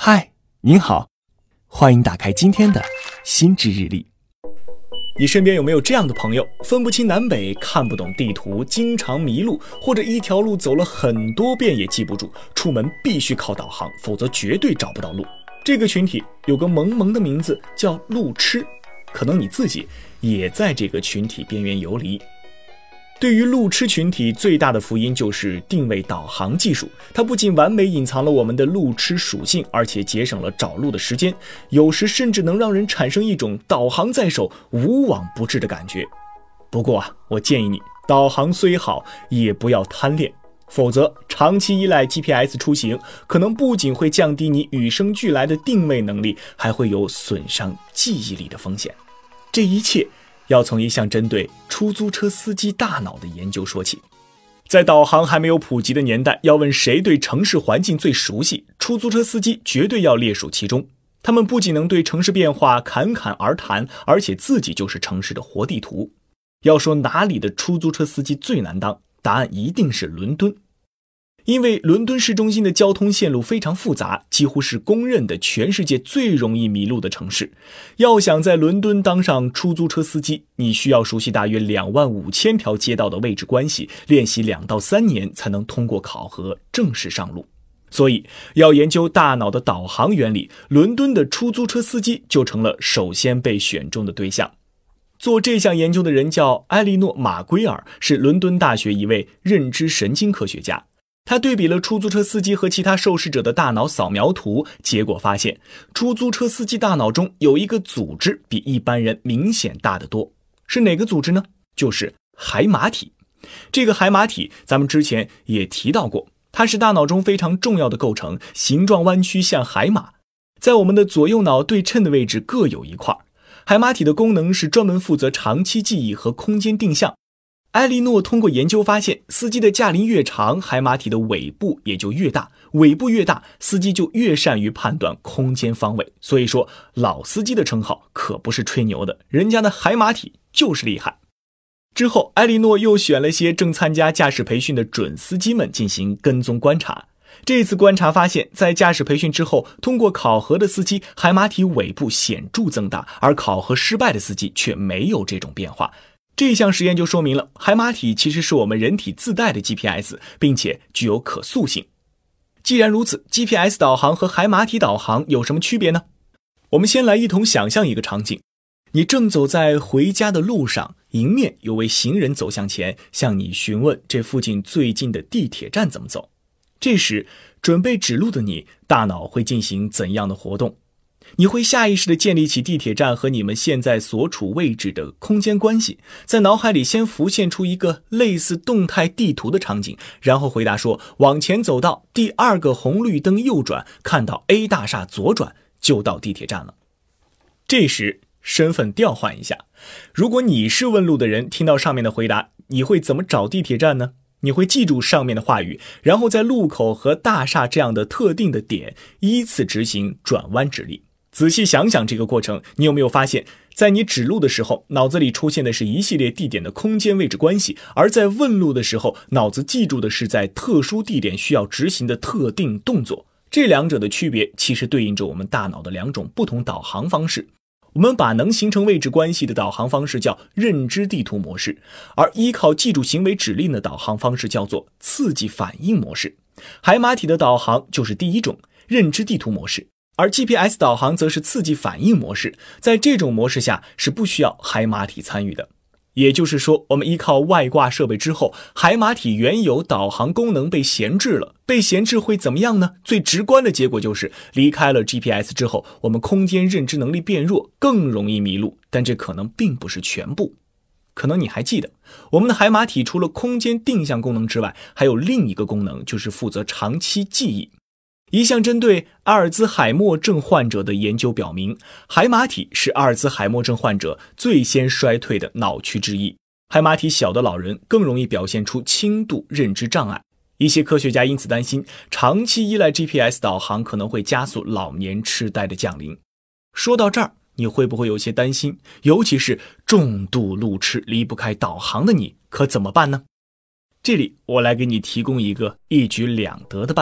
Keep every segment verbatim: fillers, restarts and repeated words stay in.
嗨，您好，欢迎打开今天的心智日历。你身边有没有这样的朋友，分不清南北，看不懂地图，经常迷路，或者一条路走了很多遍也记不住，出门必须靠导航，否则绝对找不到路。这个群体有个萌萌的名字叫路痴，可能你自己也在这个群体边缘游离。对于路痴群体最大的福音就是定位导航技术，它不仅完美隐藏了我们的路痴属性，而且节省了找路的时间，有时甚至能让人产生一种导航在手，无往不至的感觉。不过啊，我建议你，导航虽好，也不要贪恋，否则长期依赖 G P S 出行，可能不仅会降低你与生俱来的定位能力，还会有损伤记忆力的风险。这一切要从一项针对出租车司机大脑的研究说起。在导航还没有普及的年代，要问谁对城市环境最熟悉，出租车司机绝对要列属其中。他们不仅能对城市变化侃侃而谈，而且自己就是城市的活地图。要说哪里的出租车司机最难当，答案一定是伦敦。因为伦敦市中心的交通线路非常复杂，几乎是公认的全世界最容易迷路的城市。要想在伦敦当上出租车司机，你需要熟悉大约两万五千条街道的位置关系，练习两到三年才能通过考核，正式上路。所以，要研究大脑的导航原理，伦敦的出租车司机就成了首先被选中的对象。做这项研究的人叫埃莉诺·马圭尔，是伦敦大学一位认知神经科学家。他对比了出租车司机和其他受试者的大脑扫描图，结果发现出租车司机大脑中有一个组织比一般人明显大得多。是哪个组织呢？就是海马体。这个海马体咱们之前也提到过，它是大脑中非常重要的构成，形状弯曲像海马，在我们的左右脑对称的位置各有一块。海马体的功能是专门负责长期记忆和空间定向。埃莉诺通过研究发现，司机的驾龄越长，海马体的尾部也就越大，尾部越大，司机就越善于判断空间方位。所以说，老司机的称号可不是吹牛的，人家的海马体就是厉害。之后，埃莉诺又选了些正参加驾驶培训的准司机们进行跟踪观察。这次观察发现，在驾驶培训之后，通过考核的司机海马体尾部显著增大，而考核失败的司机却没有这种变化。这项实验就说明了，海马体其实是我们人体自带的 G P S， 并且具有可塑性。既然如此， G P S 导航和海马体导航有什么区别呢？我们先来一同想象一个场景，你正走在回家的路上，迎面有位行人走向前，向你询问这附近最近的地铁站怎么走。这时，准备指路的你，大脑会进行怎样的活动？你会下意识地建立起地铁站和你们现在所处位置的空间关系，在脑海里先浮现出一个类似动态地图的场景，然后回答说，往前走到第二个红绿灯右转，看到 A 大厦左转，就到地铁站了。这时身份调换一下，如果你是问路的人，听到上面的回答，你会怎么找地铁站呢？你会记住上面的话语，然后在路口和大厦这样的特定的点依次执行转弯指令。仔细想想这个过程，你有没有发现，在你指路的时候，脑子里出现的是一系列地点的空间位置关系，而在问路的时候，脑子记住的是在特殊地点需要执行的特定动作。这两者的区别其实对应着我们大脑的两种不同导航方式。我们把能形成位置关系的导航方式叫认知地图模式，而依靠记住行为指令的导航方式叫做刺激反应模式。海马体的导航就是第一种认知地图模式，而 G P S 导航则是刺激反应模式，在这种模式下是不需要海马体参与的。也就是说，我们依靠外挂设备之后，海马体原有导航功能被闲置了。被闲置会怎么样呢？最直观的结果就是离开了 G P S 之后，我们空间认知能力变弱，更容易迷路。但这可能并不是全部。可能你还记得，我们的海马体除了空间定向功能之外，还有另一个功能，就是负责长期记忆。一项针对阿尔兹海默症患者的研究表明，海马体是阿尔兹海默症患者最先衰退的脑区之一。海马体小的老人更容易表现出轻度认知障碍。一些科学家因此担心，长期依赖 G P S 导航可能会加速老年痴呆的降临。说到这儿，你会不会有些担心？尤其是重度路痴离不开导航的你，可怎么办呢？这里我来给你提供一个一举两得的办法。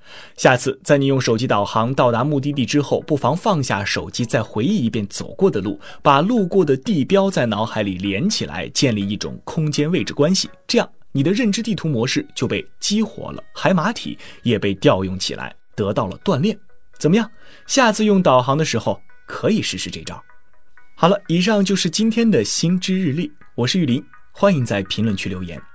下次在你用手机导航到达目的地之后，不妨放下手机，再回忆一遍走过的路，把路过的地标在脑海里连起来，建立一种空间位置关系，这样你的认知地图模式就被激活了，海马体也被调用起来，得到了锻炼。怎么样？下次用导航的时候可以试试这招。好了，以上就是今天的心知日历，我是玉林，欢迎在评论区留言。